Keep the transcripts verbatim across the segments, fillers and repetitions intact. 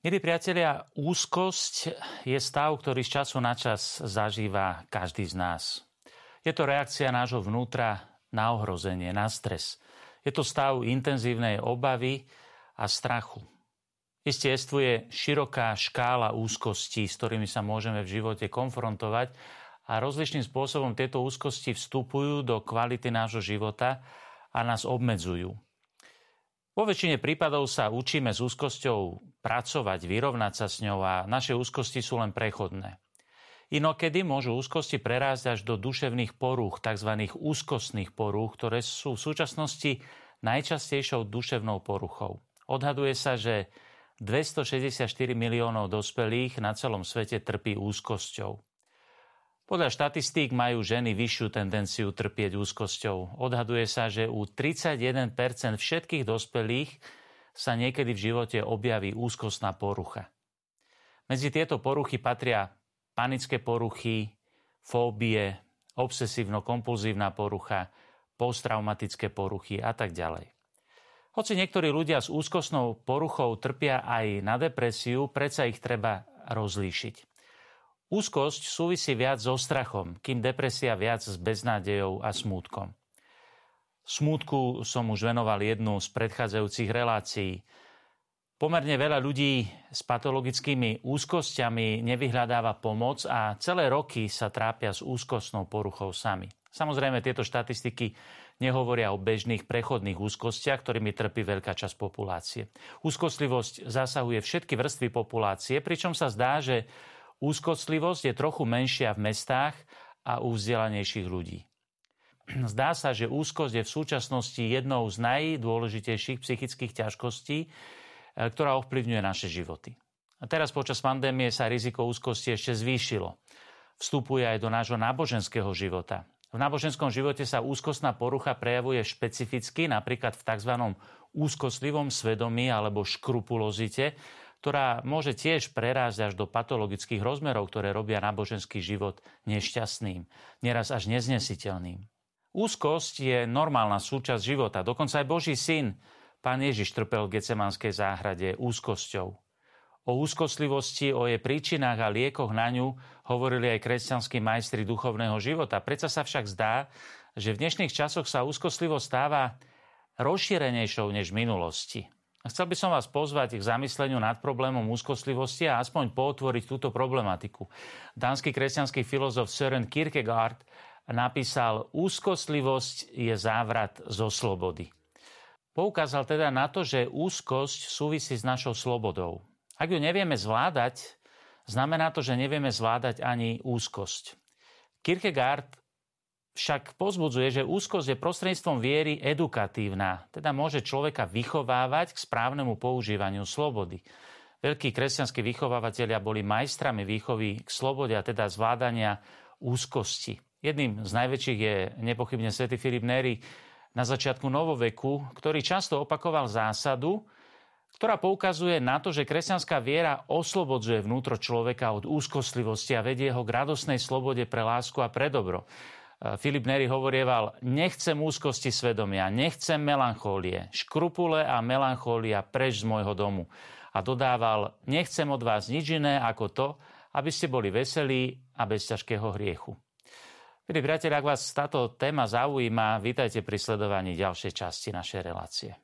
Milí priatelia, úzkosť je stav, ktorý z času na čas zažíva každý z nás. Je to reakcia nášho vnútra na ohrozenie, na stres. Je to stav intenzívnej obavy a strachu. Isté existuje široká škála úzkostí, s ktorými sa môžeme v živote konfrontovať a rozličným spôsobom tieto úzkosti vstupujú do kvality nášho života a nás obmedzujú. Vo väčšine prípadov sa učíme s úzkosťou pracovať, vyrovnať sa s ňou a naše úzkosti sú len prechodné. Inokedy môžu úzkosti prerásť až do duševných porúch, tzv. Úzkostných porúch, ktoré sú v súčasnosti najčastejšou duševnou poruchou. Odhaduje sa, že dvestošesťdesiatštyri miliónov dospelých na celom svete trpí úzkosťou. Podľa štatistík majú ženy vyššiu tendenciu trpieť úzkosťou. Odhaduje sa, že u tridsaťjeden percent všetkých dospelých sa niekedy v živote objaví úzkostná porucha. Medzi tieto poruchy patria panické poruchy, fóbie, obsesívno-kompulzívna porucha, posttraumatické poruchy a tak ďalej. Hoci niektorí ľudia s úzkostnou poruchou trpia aj na depresiu, predsa ich treba rozlíšiť. Úzkosť súvisí viac so strachom, kým depresia viac s beznádejou a smútkom. Smútku som už venoval jednu z predchádzajúcich relácií. Pomerne veľa ľudí s patologickými úzkosťami nevyhľadáva pomoc a celé roky sa trápia s úzkostnou poruchou sami. Samozrejme, tieto štatistiky nehovoria o bežných prechodných úzkostiach, ktorými trpí veľká časť populácie. Úzkostlivosť zasahuje všetky vrstvy populácie, pričom sa zdá, že úzkostlivosť je trochu menšia v mestách a u vzdelanejších ľudí. Zdá sa, že úzkosť je v súčasnosti jednou z najdôležitejších psychických ťažkostí, ktorá ovplyvňuje naše životy. A teraz počas pandémie sa riziko úzkosti ešte zvýšilo. Vstupuje aj do nášho náboženského života. V náboženskom živote sa úzkostná porucha prejavuje špecificky, napríklad v tzv. Úzkostlivom svedomí alebo škrupulozite, ktorá môže tiež prerásť až do patologických rozmerov, ktoré robia náboženský život nešťastným, neraz až neznesiteľným. Úzkosť je normálna súčasť života, dokonca aj Boží syn, Pán Ježiš, trpel v Getsemanskej záhrade úzkosťou. O úzkostlivosti, o jej príčinách a liekoch na ňu hovorili aj kresťanskí majstri duchovného života. Predsa sa však zdá, že v dnešných časoch sa úzkostlivosť stáva rozšírenejšou než v minulosti. Chcel by som vás pozvať k zamysleniu nad problémom úzkostlivosti a aspoň pootvoriť túto problematiku. Dánsky kresťanský filozof Søren Kierkegaard napísal: úzkostlivosť je závrat zo slobody. Poukázal teda na to, že úzkosť súvisí s našou slobodou. Ak ju nevieme zvládať, znamená to, že nevieme zvládať ani úzkosť. Kierkegaard však pozbudzuje, že úzkosť je prostredníctvom viery edukatívna, teda môže človeka vychovávať k správnemu používaniu slobody. Veľkí kresťanskí vychovávatelia boli majstrami výchovy k slobode a teda zvládania úzkosti. Jedným z najväčších je nepochybne svätý Filip Neri na začiatku novoveku, ktorý často opakoval zásadu, ktorá poukazuje na to, že kresťanská viera oslobodzuje vnútro človeka od úzkostlivosti a vedie ho k radosnej slobode pre lásku a pre dobro. Filip Neri hovorieval: nechcem úzkosti svedomia, nechcem melanchólie, škrupule a melanchólia preč z môjho domu. A dodával: nechcem od vás nič iné ako to, aby ste boli veselí a bez ťažkého hriechu. Milí priatelia, ak vás táto téma zaujíma, vítajte pri sledovaní ďalšej časti našej relácie.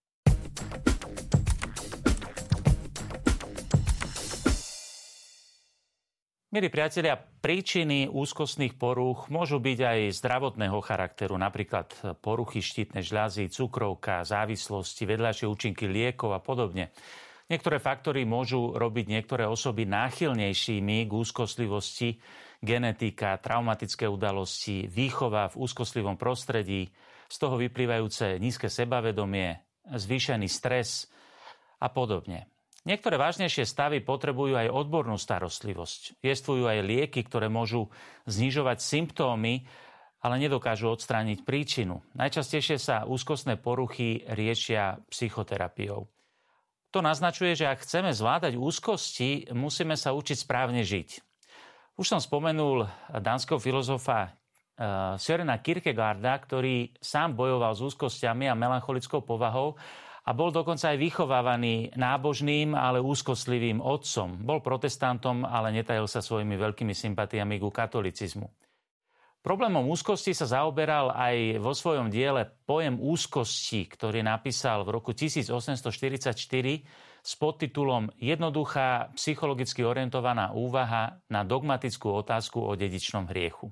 Milí priatelia, príčiny úzkostných porúch môžu byť aj zdravotného charakteru, napríklad poruchy štítnej žľazy, cukrovka, závislosti, vedľajšie účinky liekov a podobne. Niektoré faktory môžu robiť niektoré osoby náchylnejšími k úzkostlivosti, genetika, traumatické udalosti, výchova v úzkostlivom prostredí, z toho vyplývajúce nízke sebavedomie, zvýšený stres a podobne. Niektoré vážnejšie stavy potrebujú aj odbornú starostlivosť. Jestvujú aj lieky, ktoré môžu znižovať symptómy, ale nedokážu odstrániť príčinu. Najčastejšie sa úzkostné poruchy riešia psychoterapiou. To naznačuje, že ak chceme zvládať úzkosti, musíme sa učiť správne žiť. Už som spomenul dánskeho filozofa Sørena Kierkegaarda, ktorý sám bojoval s úzkosťami a melancholickou povahou a bol dokonca aj vychovávaný nábožným, ale úzkostlivým otcom. Bol protestantom, ale netajil sa svojimi veľkými sympatiami ku katolicizmu. Problémom úzkosti sa zaoberal aj vo svojom diele Pojem úzkosti, ktorý napísal v roku tisícosemstoštyridsaťštyri s podtitulom Jednoduchá psychologicky orientovaná úvaha na dogmatickú otázku o dedičnom hriechu.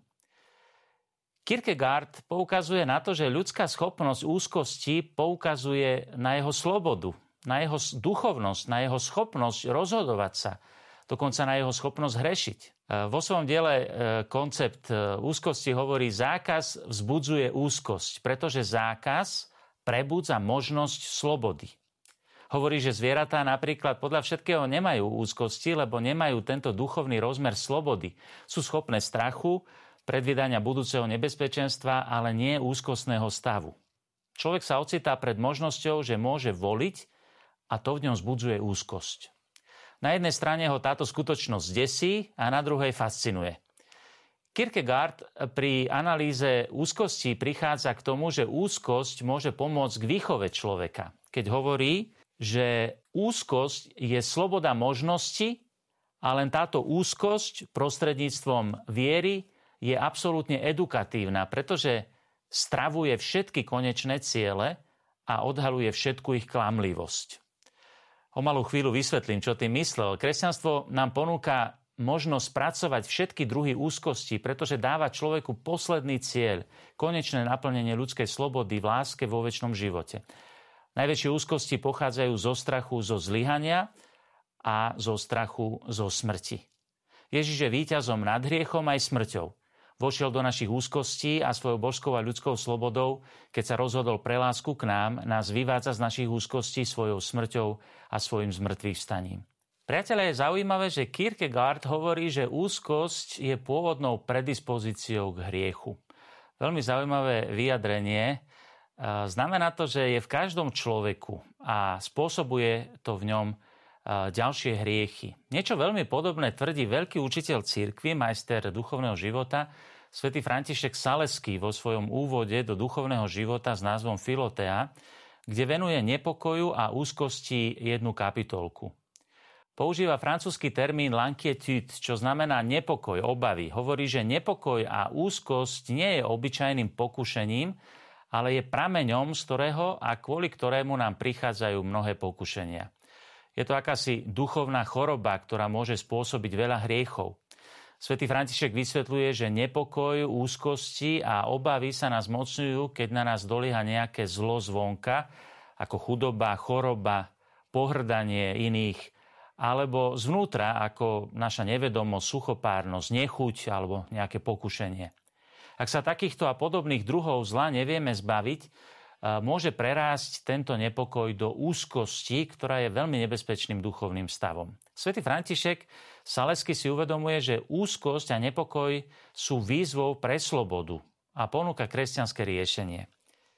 Kierkegaard poukazuje na to, že ľudská schopnosť úzkosti poukazuje na jeho slobodu, na jeho duchovnosť, na jeho schopnosť rozhodovať sa, dokonca na jeho schopnosť hrešiť. Vo svojom diele koncept úzkosti hovorí, zákaz vzbudzuje úzkosť, pretože zákaz prebudza možnosť slobody. Hovorí, že zvieratá napríklad podľa všetkého nemajú úzkosti, lebo nemajú tento duchovný rozmer slobody. Sú schopné strachu, predvídania budúceho nebezpečenstva, ale nie úzkostného stavu. Človek sa ocitá pred možnosťou, že môže voliť a to v ňom vzbudzuje úzkosť. Na jednej strane ho táto skutočnosť desí a na druhej fascinuje. Kierkegaard pri analýze úzkosti prichádza k tomu, že úzkosť môže pomôcť k výchove človeka, keď hovorí, že úzkosť je sloboda možnosti a len táto úzkosť prostredníctvom viery je absolútne edukatívna, pretože stravuje všetky konečné ciele a odhaľuje všetku ich klamlivosť. O malú chvíľu vysvetlím, čo tým myslel. Kresťanstvo nám ponúka možnosť spracovať všetky druhy úzkosti, pretože dáva človeku posledný cieľ, konečné naplnenie ľudskej slobody v láske vo večnom živote. Najväčšie úzkosti pochádzajú zo strachu zo zlyhania a zo strachu zo smrti. Ježiš je víťazom nad hriechom aj smrťou. Vošiel do našich úzkostí a svojou božskou a ľudskou slobodou, keď sa rozhodol pre lásku k nám, nás vyvádza z našich úzkostí svojou smrťou a svojim zmrtvých vstaním. Priatelia, je zaujímavé, že Kierkegaard hovorí, že úzkosť je pôvodnou predispozíciou k hriechu. Veľmi zaujímavé vyjadrenie. Znamená to, že je v každom človeku a spôsobuje to v ňom ďalšie hriechy. Niečo veľmi podobné tvrdí veľký učiteľ cirkvi, majster duchovného života, svätý František Saleský vo svojom úvode do duchovného života s názvom Filotea, kde venuje nepokoju a úzkosti jednu kapitolku. Používa francúzsky termín l'inquiétude, čo znamená nepokoj, obavy. Hovorí, že nepokoj a úzkosť nie je obyčajným pokušením, ale je prameňom, z ktorého a kvôli ktorému nám prichádzajú mnohé pokušenia. Je to akási duchovná choroba, ktorá môže spôsobiť veľa hriechov. Svätý František vysvetľuje, že nepokoj, úzkosti a obavy sa nás mocňujú, keď na nás dolieha nejaké zlo zvonka, ako chudoba, choroba, pohrdanie iných, alebo zvnútra, ako naša nevedomosť, suchopárnosť, nechuť alebo nejaké pokušenie. Ak sa takýchto a podobných druhov zla nevieme zbaviť, môže prerásť tento nepokoj do úzkosti, ktorá je veľmi nebezpečným duchovným stavom. Svätý František Saleský si uvedomuje, že úzkosť a nepokoj sú výzvou pre slobodu a ponúka kresťanské riešenie.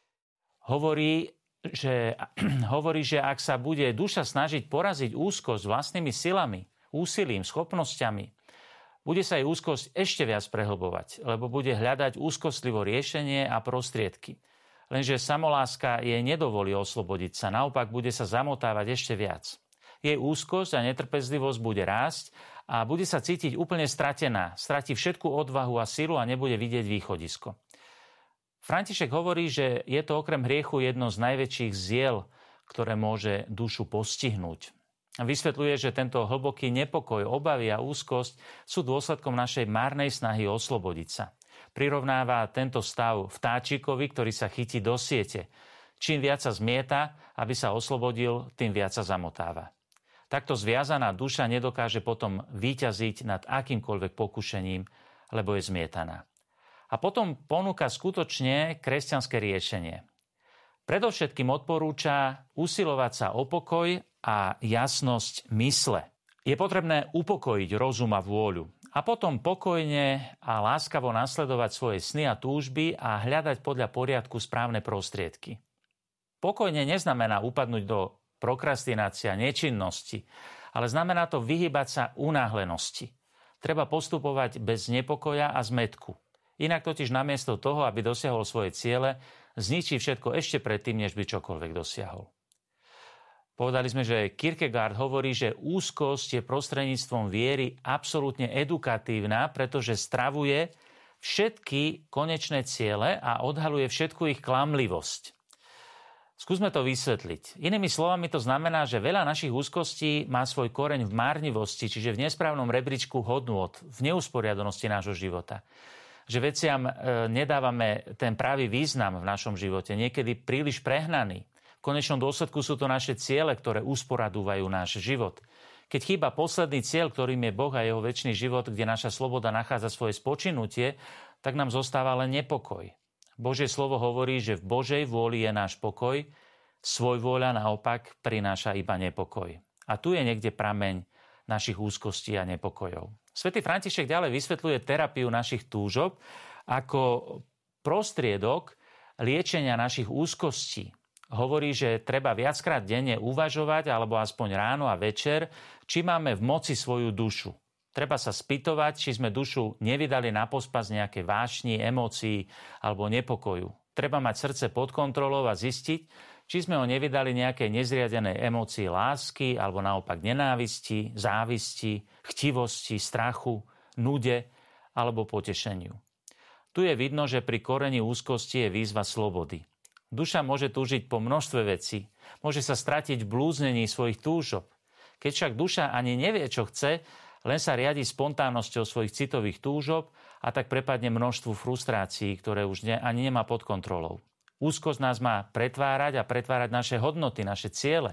Hovorí, že, hovorí, že ak sa bude duša snažiť poraziť úzkosť vlastnými silami, úsilím, schopnosťami, bude sa jej úzkosť ešte viac prehlbovať, lebo bude hľadať úzkostlivo riešenie a prostriedky. Lenže samoláska jej nedovolí oslobodiť sa, naopak bude sa zamotávať ešte viac. Jej úzkosť a netrpezlivosť bude rásť a bude sa cítiť úplne stratená, stratí všetku odvahu a silu a nebude vidieť východisko. František hovorí, že je to okrem hriechu jedno z najväčších ziel, ktoré môže dušu postihnúť. Vysvetľuje, že tento hlboký nepokoj, obavy a úzkosť sú dôsledkom našej márnej snahy oslobodiť sa. Prirovnáva tento stav vtáčikovi, ktorý sa chytí do siete. Čím viac sa zmieta, aby sa oslobodil, tým viac sa zamotáva. Takto zviazaná duša nedokáže potom víťaziť nad akýmkoľvek pokušením, lebo je zmietaná. A potom ponúka skutočne kresťanské riešenie. Predovšetkým odporúča usilovať sa o pokoj a jasnosť mysle. Je potrebné upokojiť rozum a vôľu a potom pokojne a láskavo nasledovať svoje sny a túžby a hľadať podľa poriadku správne prostriedky. Pokojne neznamená upadnúť do prokrastinácie a nečinnosti, ale znamená to vyhýbať sa unáhlenosti. Treba postupovať bez nepokoja a zmätku. Inak totiž namiesto toho, aby dosiahol svoje ciele, zničí všetko ešte predtým, než by čokoľvek dosiahol. Povedali sme, že Kierkegaard hovorí, že úzkosť je prostredníctvom viery absolútne edukatívna, pretože stravuje všetky konečné ciele a odhaľuje všetku ich klamlivosť. Skúsme to vysvetliť. Inými slovami to znamená, že veľa našich úzkostí má svoj koreň v márnivosti, čiže v nesprávnom rebríčku hodnôt, v neusporiadanosti nášho života. Že veciam e, nedávame ten pravý význam v našom živote, niekedy príliš prehnaný. V konečnom dôsledku sú to naše ciele, ktoré usporadúvajú náš život. Keď chýba posledný cieľ, ktorým je Boh a jeho večný život, kde naša sloboda nachádza svoje spočinutie, tak nám zostáva len nepokoj. Božie slovo hovorí, že v Božej vôli je náš pokoj, svojvôľa naopak prináša iba nepokoj. A tu je niekde prameň našich úzkostí a nepokojov. Svätý František ďalej vysvetľuje terapiu našich túžob ako prostriedok liečenia našich úzkostí. Hovorí, že treba viackrát denne uvažovať, alebo aspoň ráno a večer, či máme v moci svoju dušu. Treba sa spýtovať, či sme dušu nevydali na pospas nejaké vášni, emócií alebo nepokoju. Treba mať srdce pod kontrolou a zistiť, či sme ho nevydali nejakej nezriadenej emócii lásky alebo naopak nenávisti, závisti, chtivosti, strachu, nude alebo potešeniu. Tu je vidno, že pri koreni úzkosti je výzva slobody. Duša môže túžiť po množstve vecí, môže sa stratiť v blúznení svojich túžob. Keď však duša ani nevie, čo chce, len sa riadi spontánnosťou svojich citových túžob a tak prepadne množstvu frustrácií, ktoré už ne, ani nemá pod kontrolou. Úzkosť nás má pretvárať a pretvárať naše hodnoty, naše ciele.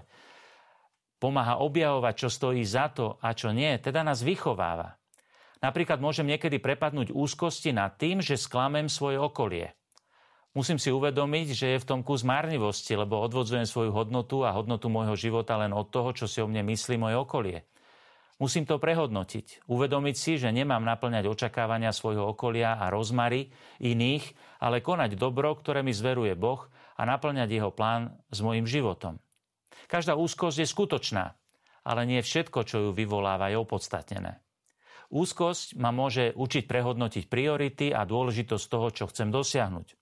Pomáha objavovať, čo stojí za to a čo nie, teda nás vychováva. Napríklad môžem niekedy prepadnúť úzkosti nad tým, že sklamem svoje okolie. Musím si uvedomiť, že je v tom kus márnivosti, lebo odvodzujem svoju hodnotu a hodnotu môjho života len od toho, čo si o mne myslí moje okolie. Musím to prehodnotiť, uvedomiť si, že nemám naplňať očakávania svojho okolia a rozmary iných, ale konať dobro, ktoré mi zveruje Boh a naplňať jeho plán s mojim životom. Každá úzkosť je skutočná, ale nie všetko, čo ju vyvoláva, je opodstatnené. Úzkosť ma môže učiť prehodnotiť priority a dôležitosť toho, čo chcem dosiahnuť.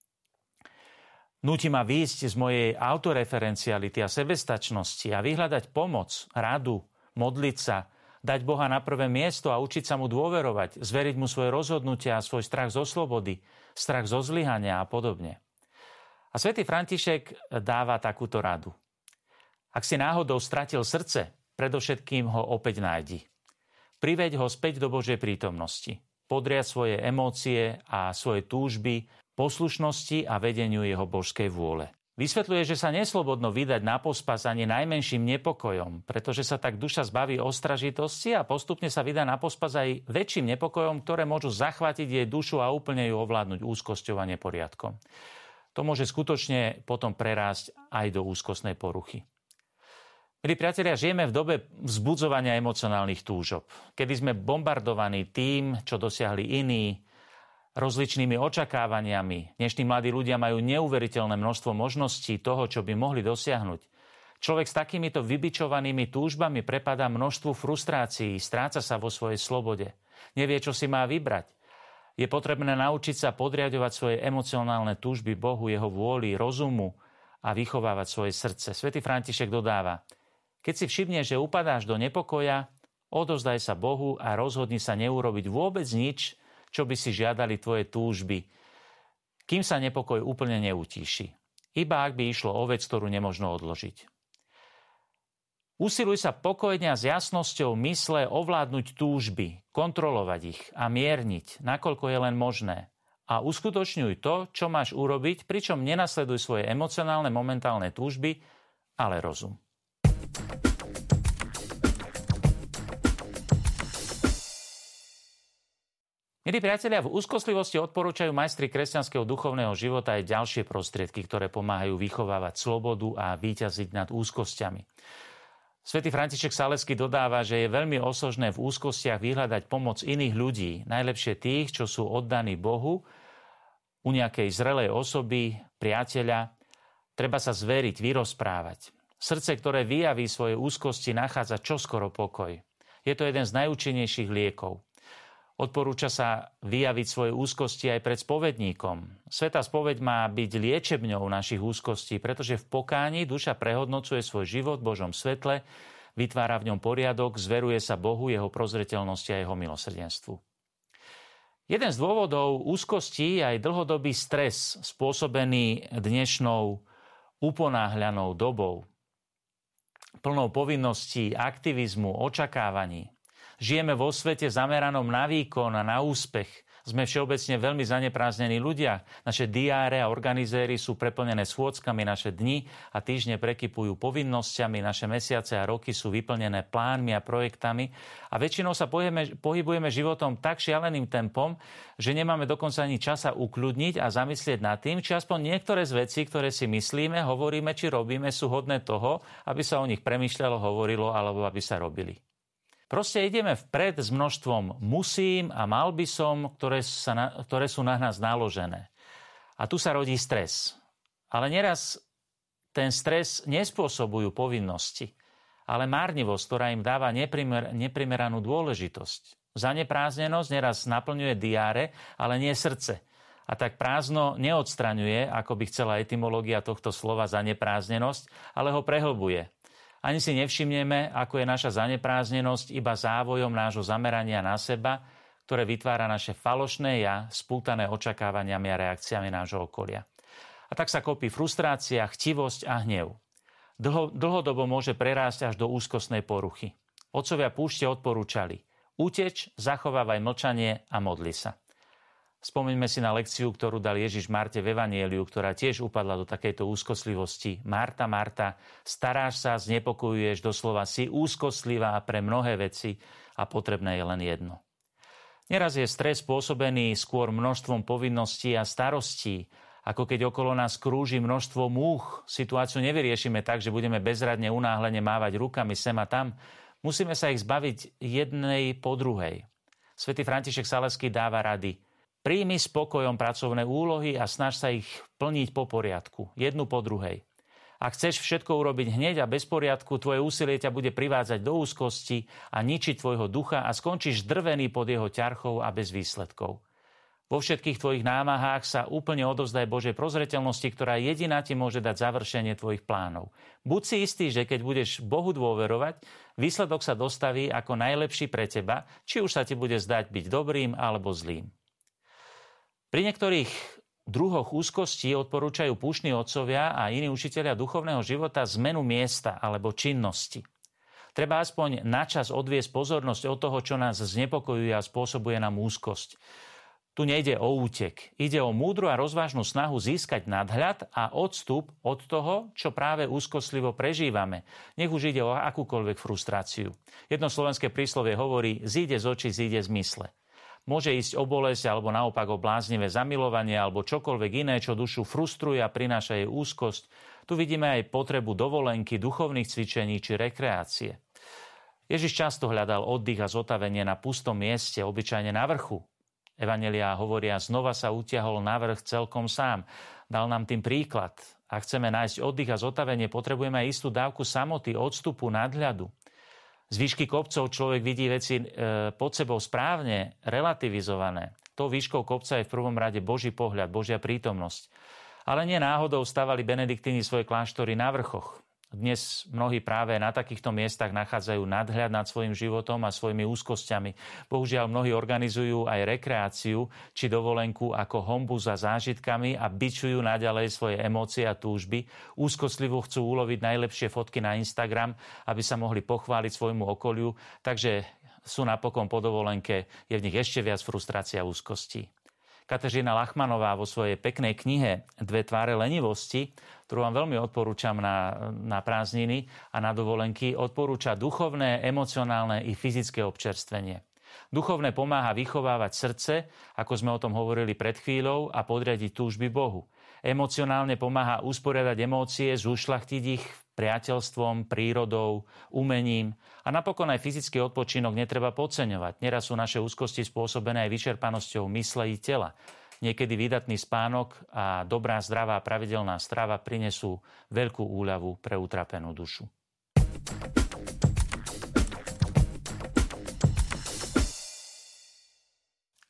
Núti ma výjsť z mojej autoreferenciality a sebestačnosti a vyhľadať pomoc, radu, modliť sa, dať Boha na prvé miesto a učiť sa mu dôverovať, zveriť mu svoje rozhodnutia a svoj strach zo slobody, strach zo zlyhania a podobne. A svätý František dáva takúto radu. Ak si náhodou stratil srdce, predovšetkým ho opäť nájdi. Priveď ho späť do Božej prítomnosti. Podriaď svoje emócie a svoje túžby poslušnosti a vedeniu jeho božskej vôle. Vysvetľuje, že sa neslobodno vydať na pospas ani najmenším nepokojom, pretože sa tak duša zbaví ostražitosti a postupne sa vydá na pospas aj väčším nepokojom, ktoré môžu zachvátiť jej dušu a úplne ju ovládnuť úzkosťou a neporiadkom. To môže skutočne potom prerásť aj do úzkostnej poruchy. Milí priatelia, žijeme v dobe vzbudzovania emocionálnych túžob, kedy sme bombardovaní tým, čo dosiahli iní, rozličnými očakávaniami. Dnešní mladí ľudia majú neuveriteľné množstvo možností toho, čo by mohli dosiahnuť. Človek s takýmito vybičovanými túžbami prepadá množstvu frustrácií, stráca sa vo svojej slobode. Nevie, čo si má vybrať. Je potrebné naučiť sa podriaďovať svoje emocionálne túžby Bohu, jeho vôli, rozumu a vychovávať svoje srdce. Svätý František dodáva, keď si všimneš, že upadáš do nepokoja, odozdaj sa Bohu a rozhodni sa neurobiť vôbec nič, čo by si žiadali tvoje túžby, kým sa nepokoj úplne neutíši. Iba ak by išlo o vec, ktorú nemožno odložiť. Usiluj sa pokojne a s jasnosťou mysle ovládnuť túžby, kontrolovať ich a mierniť, nakoľko je len možné. A uskutočňuj to, čo máš urobiť, pričom nenasleduj svoje emocionálne momentálne túžby, ale rozum. Milí priatelia, v úzkostlivosti odporúčajú majstri kresťanského duchovného života aj ďalšie prostriedky, ktoré pomáhajú vychovávať slobodu a víťaziť nad úzkosťami. Svätý František Saleský dodáva, že je veľmi osožné v úzkostiach vyhľadať pomoc iných ľudí, najlepšie tých, čo sú oddaní Bohu, u nejakej zrelej osoby, priateľa. Treba sa zveriť, vyrozprávať. Srdce, ktoré vyjaví svoje úzkosti, nachádza čoskoro pokoj. Je to jeden z najúčinnejších liekov. Odporúča sa vyjaviť svoje úzkosti aj pred spovedníkom. Svätá spoveď má byť liečebňou našich úzkostí, pretože v pokáni duša prehodnocuje svoj život v Božom svetle, vytvára v ňom poriadok, zveruje sa Bohu, jeho prozreteľnosti a jeho milosrdenstvu. Jeden z dôvodov úzkosti je aj dlhodobý stres, spôsobený dnešnou uponáhľanou dobou, plnou povinností, aktivizmu, očakávaní. Žijeme vo svete zameranom na výkon a na úspech. Sme všeobecne veľmi zaneprázdnení ľudia. Naše diáre a organizéry sú preplnené schôdzkami, naše dni a týždne prekypujú povinnosťami, naše mesiace a roky sú vyplnené plánmi a projektami a väčšinou sa pohybujeme, pohybujeme životom tak šialeným tempom, že nemáme dokonca ani čas sa ukľudniť a zamyslieť nad tým, či aspoň niektoré z vecí, ktoré si myslíme, hovoríme či robíme, sú hodné toho, aby sa o nich premýšľalo, hovorilo alebo aby sa robili. Proste ideme vpred s množstvom musím a mal by som, ktoré, sa na, ktoré sú na nás naložené. A tu sa rodí stres. Ale neraz ten stres nespôsobujú povinnosti, ale márnivosť, ktorá im dáva neprimer, neprimeranú dôležitosť. Zaneprázdnenosť neraz naplňuje diáre, ale nie srdce. A tak prázdno neodstraňuje, ako by chcela etymológia tohto slova zaneprázdnenosť, ale ho prehlbuje. Ani si nevšimneme, ako je naša zaneprázdnenosť iba závojom nášho zamerania na seba, ktoré vytvára naše falošné ja, spútané očakávaniami a reakciami nášho okolia. A tak sa kopí frustrácia, chtivosť a hnev. Dlho, dlhodobo môže prerásť až do úzkostnej poruchy. Otcovia púšte odporúčali: uteč, zachovávaj mlčanie a modli sa. Spomeňme si na lekciu, ktorú dal Ježiš Marte v Evanjeliu, ktorá tiež upadla do takejto úzkostlivosti. Marta, Marta, staráš sa, znepokojuješ, doslova si úzkostlivá pre mnohé veci a potrebné je len jedno. Neraz je stres spôsobený skôr množstvom povinností a starostí, ako keď okolo nás krúži množstvo múch. Situáciu nevyriešime tak, že budeme bezradne unáhlene mávať rukami sem a tam. Musíme sa ich zbaviť jednej po druhej. Svätý František Saleský dáva rady: príjmi spokojom pracovné úlohy a snaž sa ich plniť po poriadku, jednu po druhej. Ak chceš všetko urobiť hneď a bez poriadku, tvoje úsilie ťa bude privádzať do úzkosti a ničiť tvojho ducha a skončíš drvený pod jeho ťarchou a bez výsledkov. Vo všetkých tvojich námahách sa úplne odovzdaj Božej prozreteľnosti, ktorá jediná ti môže dať završenie tvojich plánov. Buď si istý, že keď budeš Bohu dôverovať, výsledok sa dostaví ako najlepší pre teba, či už sa ti bude zdať byť dobrým alebo zlým. Pri niektorých druhoch úzkosti odporúčajú púštni otcovia a iní učitelia duchovného života zmenu miesta alebo činnosti. Treba aspoň načas odviesť pozornosť od toho, čo nás znepokojuje a spôsobuje nám úzkosť. Tu nejde o útek. Ide o múdru a rozvážnu snahu získať nadhľad a odstup od toho, čo práve úzkostlivo prežívame. Nech už ide o akúkoľvek frustráciu. Jedno slovenské príslovie hovorí: zíde z očí, zíde z mysle. Môže ísť o bolesť alebo naopak o bláznivé zamilovanie alebo čokoľvek iné, čo dušu frustruje a prináša jej úzkosť. Tu vidíme aj potrebu dovolenky, duchovných cvičení či rekreácie. Ježiš často hľadal oddych a zotavenie na pustom mieste, obyčajne na vrchu. Evanjeliá hovoria: znova sa utiahol na vrch celkom sám. Dal nám tým príklad. Ak chceme nájsť oddych a zotavenie, potrebujeme aj istú dávku samoty, odstupu, nadhľadu. Z výšky kopcov človek vidí veci e, pod sebou správne, relativizované. Tou výškou kopca je v prvom rade Boží pohľad, Božia prítomnosť. Ale nie náhodou stavali benediktíni svoje kláštory na vrchoch. Dnes mnohí práve na takýchto miestach nachádzajú nadhľad nad svojim životom a svojimi úzkosťami. Bohužiaľ mnohí organizujú aj rekreáciu či dovolenku ako honbu za zážitkami a bičujú naďalej svoje emócie a túžby. Úzkostlivo chcú uloviť najlepšie fotky na Instagram, aby sa mohli pochváliť svojmu okoliu, takže sú napokon po dovolenke, je v nich ešte viac frustrácia a úzkosti. Kateřina Lachmanová vo svojej peknej knihe Dve tváre lenivosti, ktorú vám veľmi odporúčam na, na prázdniny a na dovolenky, odporúča duchovné, emocionálne i fyzické občerstvenie. Duchovné pomáha vychovávať srdce, ako sme o tom hovorili pred chvíľou, a podriadiť túžby Bohu. Emocionálne pomáha usporiadať emócie, zúšľachtiť ich priateľstvom, prírodou, umením. A napokon aj fyzický odpočinok netreba podceňovať. Neraz sú naše úzkosti spôsobené aj vyčerpanosťou mysle i tela. Niekedy výdatný spánok a dobrá, zdravá, pravidelná strava prinesú veľkú úľavu pre utrapenú dušu.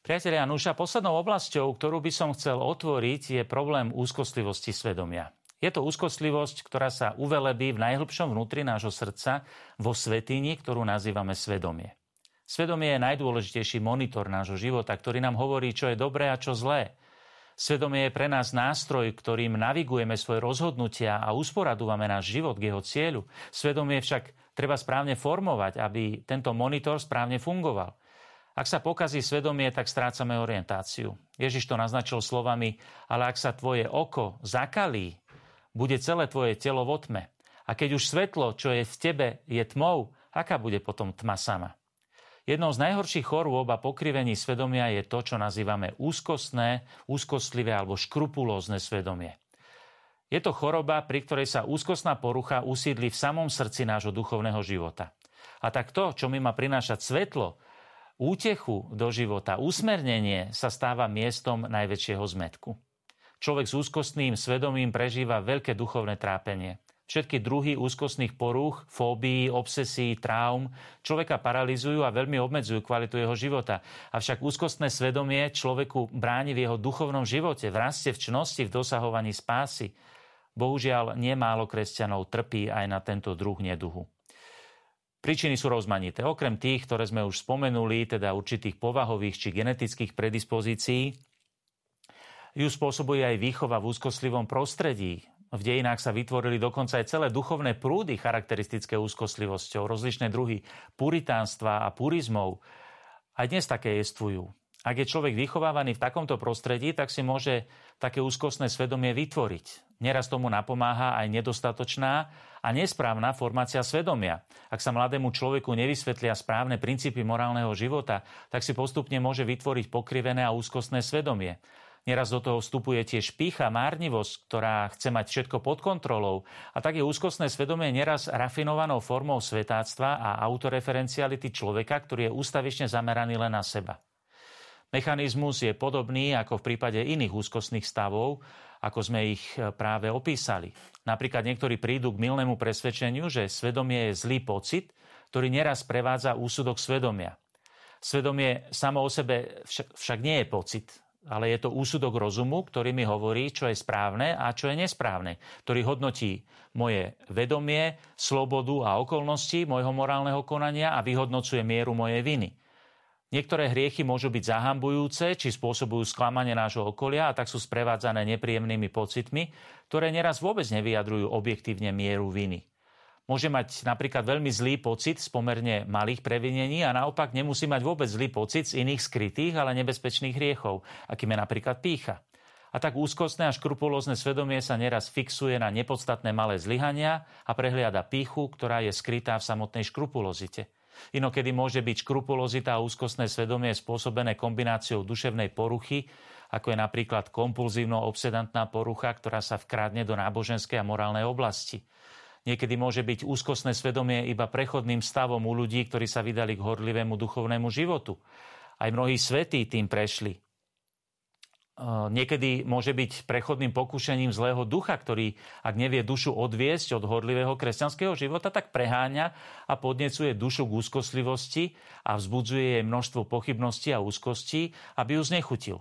Priatelia, nuša, poslednou oblasťou, ktorú by som chcel otvoriť, je problém úzkostlivosti svedomia. Je to úzkostlivosť, ktorá sa uvelebí v najhlbšom vnútri nášho srdca vo svätyni, ktorú nazývame svedomie. Svedomie je najdôležitejší monitor nášho života, ktorý nám hovorí, čo je dobré a čo zlé. Svedomie je pre nás nástroj, ktorým navigujeme svoje rozhodnutia a usporadúvame náš život k jeho cieľu. Svedomie však treba správne formovať, aby tento monitor správne fungoval. Ak sa pokazí svedomie, tak strácame orientáciu. Ježiš to naznačil slovami, ale ak sa tvoje oko zakalí, bude celé tvoje telo vo tme. A keď už svetlo, čo je v tebe, je tmou, aká bude potom tma sama? Jednou z najhorších chorôb a pokrivení svedomia je to, čo nazývame úzkostné, úzkostlivé alebo škrupulózne svedomie. Je to choroba, pri ktorej sa úzkostná porucha usídli v samom srdci nášho duchovného života. A tak to, čo mi má prinášať svetlo, útechu do života, usmernenie sa stáva miestom najväčšieho zmätku. Človek s úzkostným svedomím prežíva veľké duchovné trápenie. Všetky druhy úzkostných porúch, fóbií, obsesí, traum človeka paralyzujú a veľmi obmedzujú kvalitu jeho života. Avšak úzkostné svedomie človeku bráni v jeho duchovnom živote, v raste, v čnosti, v dosahovaní spásy. Bohužiaľ, nemálo kresťanov trpí aj na tento druh neduhu. Príčiny sú rozmanité. Okrem tých, ktoré sme už spomenuli, teda určitých povahových či genetických predispozícií, ju spôsobuje aj výchova v úzkostlivom prostredí. V dejinách sa vytvorili dokonca aj celé duchovné prúdy charakteristické úzkostlivosťou, rozličné druhy puritánstva a purizmov. Aj dnes také jestvujú. Ak je človek vychovávaný v takomto prostredí, tak si môže také úzkostné svedomie vytvoriť. Neraz tomu napomáha aj nedostatočná a nesprávna formácia svedomia. Ak sa mladému človeku nevysvetlia správne princípy morálneho života, tak si postupne môže vytvoriť pokrivené a úzkostné svedomie. Neraz do toho vstupuje tiež pýcha, márnivosť, ktorá chce mať všetko pod kontrolou. A tak je úzkostné svedomie neraz rafinovanou formou svetáctva a autoreferenciality človeka, ktorý je ústavične zameraný len na seba. Mechanizmus je podobný ako v prípade iných úzkostných stavov, ako sme ich práve opísali. Napríklad niektorí prídu k mylnému presvedčeniu, že svedomie je zlý pocit, ktorý neraz prevádza úsudok svedomia. Svedomie samo o sebe však, však nie je pocit, ale je to úsudok rozumu, ktorý mi hovorí, čo je správne a čo je nesprávne, ktorý hodnotí moje vedomie, slobodu a okolnosti môjho morálneho konania a vyhodnocuje mieru mojej viny. Niektoré hriechy môžu byť zahambujúce, či spôsobujú sklamanie nášho okolia a tak sú sprevádzané nepríjemnými pocitmi, ktoré neraz vôbec nevyjadrujú objektívne mieru viny. Môže mať napríklad veľmi zlý pocit z pomerne malých previnení a naopak nemusí mať vôbec zlý pocit z iných skrytých, ale nebezpečných hriechov, akým je napríklad pýcha. A tak úzkostné a škrupulózne svedomie sa neraz fixuje na nepodstatné malé zlyhania a prehliada pýchu, ktorá je skrytá v samotnej škrupulozite. Inokedy môže byť škrupulozita a úzkostné svedomie spôsobené kombináciou duševnej poruchy, ako je napríklad kompulzívno-obsedantná porucha, ktorá sa vkradne do náboženskej a morálnej oblasti. Niekedy môže byť úzkostné svedomie iba prechodným stavom u ľudí, ktorí sa vydali k horlivému duchovnému životu. Aj mnohí svätí tým prešli. Niekedy môže byť prechodným pokúšením zlého ducha, ktorý, ak nevie dušu odviesť od horlivého kresťanského života, tak preháňa a podnecuje dušu k úzkostlivosti a vzbudzuje jej množstvo pochybností a úzkostí, aby ju znechutil.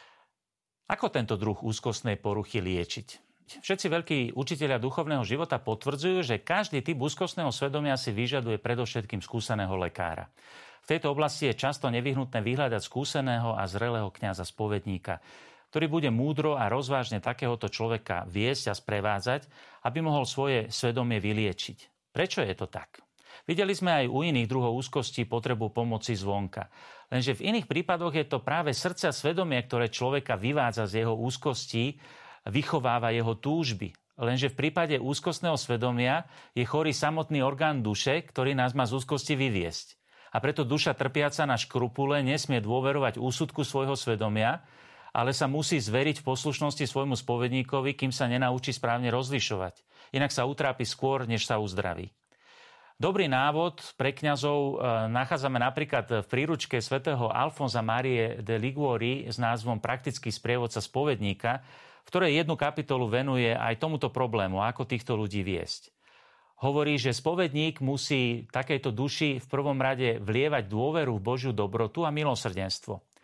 Ako tento druh úzkostnej poruchy liečiť? Všetci veľkí učitelia duchovného života potvrdzujú, že každý typ úzkostného svedomia si vyžaduje predovšetkým skúseného lekára. V tejto oblasti je často nevyhnutné vyhľadať skúseného a zrelého kňaza spovedníka, ktorý bude múdro a rozvážne takéhoto človeka viesť a sprevádzať, aby mohol svoje svedomie vyliečiť. Prečo je to tak? Videli sme aj u iných druhov úzkosti potrebu pomoci zvonka. Lenže v iných prípadoch je to práve srdce a svedomie, ktoré človeka vyvádza z jeho úzkostí, vychováva jeho túžby. Lenže v prípade úzkostného svedomia je chorý samotný orgán duše, ktorý nás má z úzkosti vyviesť. A preto duša trpiaca na škrupule nesmie dôverovať úsudku svojho svedomia, ale sa musí zveriť v poslušnosti svojmu spovedníkovi, kým sa nenaučí správne rozlišovať. Inak sa utrápi skôr, než sa uzdraví. Dobrý návod pre kňazov nachádzame napríklad v príručke svätého Alfonza Márie de Liguori s názvom Praktický sprievodca spovedníka, v ktorej jednu kapitolu venuje aj tomuto problému, ako týchto ľudí viesť. Hovorí, že spovedník musí takejto duši v prvom rade vlievať dôveru v Božiu dobrotu a milosrdenstvo.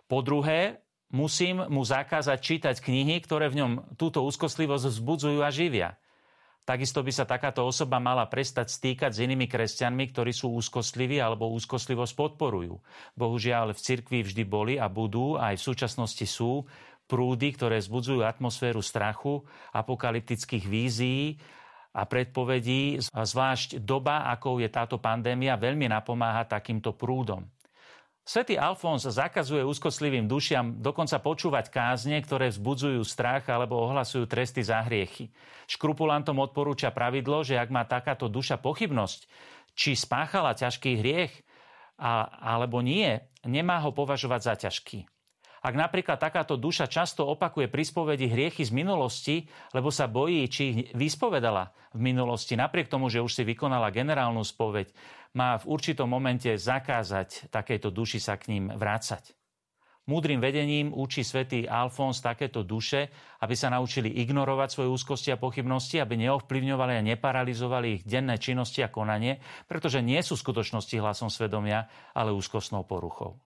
Po druhé, musím mu zakázať čítať knihy, ktoré v ňom túto úzkostlivosť vzbudzujú a živia. Takisto by sa takáto osoba mala prestať stýkať s inými kresťanmi, ktorí sú úzkostliví alebo úzkostlivosť podporujú. Bohužiaľ v cirkvi vždy boli a budú, aj v súčasnosti sú, prúdy, ktoré vzbudzujú atmosféru strachu, apokalyptických vízií a predpovedí. Zvlášť doba, akou je táto pandémia, veľmi napomáha takýmto prúdom. Svätý Alfons zakazuje úzkostlivým dušiam dokonca počúvať kázne, ktoré vzbudzujú strach alebo ohlasujú tresty za hriechy. Škrupulantom odporúča pravidlo, že ak má takáto duša pochybnosť, či spáchala ťažký hriech a, alebo nie, nemá ho považovať za ťažký. Ak napríklad takáto duša často opakuje pri spovedi hriechy z minulosti, lebo sa bojí, či ich vyspovedala v minulosti, napriek tomu, že už si vykonala generálnu spoveď, má v určitom momente zakázať takejto duši sa k ním vrácať. Múdrym vedením učí svätý Alfons takéto duše, aby sa naučili ignorovať svoje úzkosti a pochybnosti, aby neovplyvňovali a neparalizovali ich denné činnosti a konanie, pretože nie sú v skutočnosti hlasom svedomia, ale úzkostnou poruchou.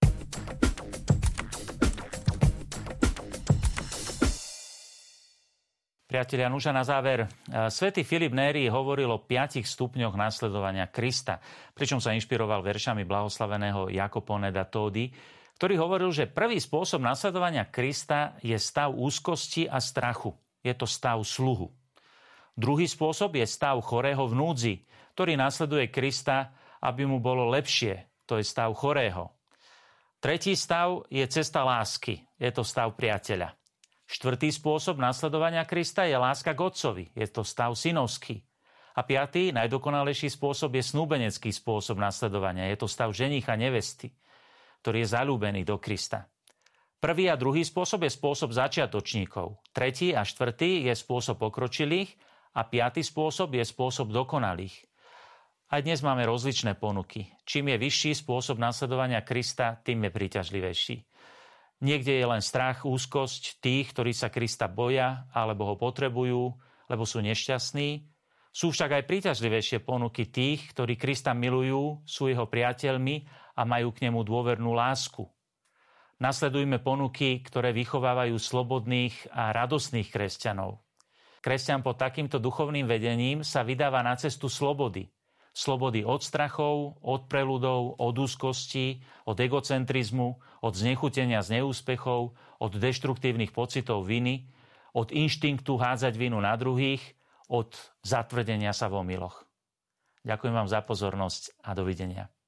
Priatelia, nuža na záver. Svätý Filip Néri hovoril o piatich stupňoch nasledovania Krista, pričom sa inšpiroval veršami blahoslaveného Jacopone da Todi, ktorý hovoril, že prvý spôsob nasledovania Krista je stav úzkosti a strachu. Je to stav sluhu. Druhý spôsob je stav chorého v núdzi, ktorý nasleduje Krista, aby mu bolo lepšie. To je stav chorého. Tretí stav je cesta lásky. Je to stav priateľa. Štvrtý spôsob nasledovania Krista je láska k Otcovi. Je to stav synovský. A piatý, najdokonalejší spôsob je snúbenecký spôsob nasledovania. Je to stav ženícha nevesty, ktorý je zaľúbený do Krista. Prvý a druhý spôsob je spôsob začiatočníkov. Tretí a štvrtý je spôsob pokročilých a piatý spôsob je spôsob dokonalých. Aj dnes máme rozličné ponuky. Čím je vyšší spôsob nasledovania Krista, tým je príťažlivejší. Niekde je len strach, úzkosť tých, ktorí sa Krista boja alebo ho potrebujú, lebo sú nešťastní. Sú však aj príťažlivejšie ponuky tých, ktorí Krista milujú, sú jeho priateľmi a majú k nemu dôvernú lásku. Nasledujme ponuky, ktoré vychovávajú slobodných a radosných kresťanov. Kresťan pod takýmto duchovným vedením sa vydáva na cestu slobody. Slobody od strachov, od preľudov, od úzkosti, od egocentrizmu, od znechutenia z neúspechov, od deštruktívnych pocitov viny, od inštinktu hádzať vinu na druhých, od zatvrdenia sa v omyloch. Ďakujem vám za pozornosť a dovidenia.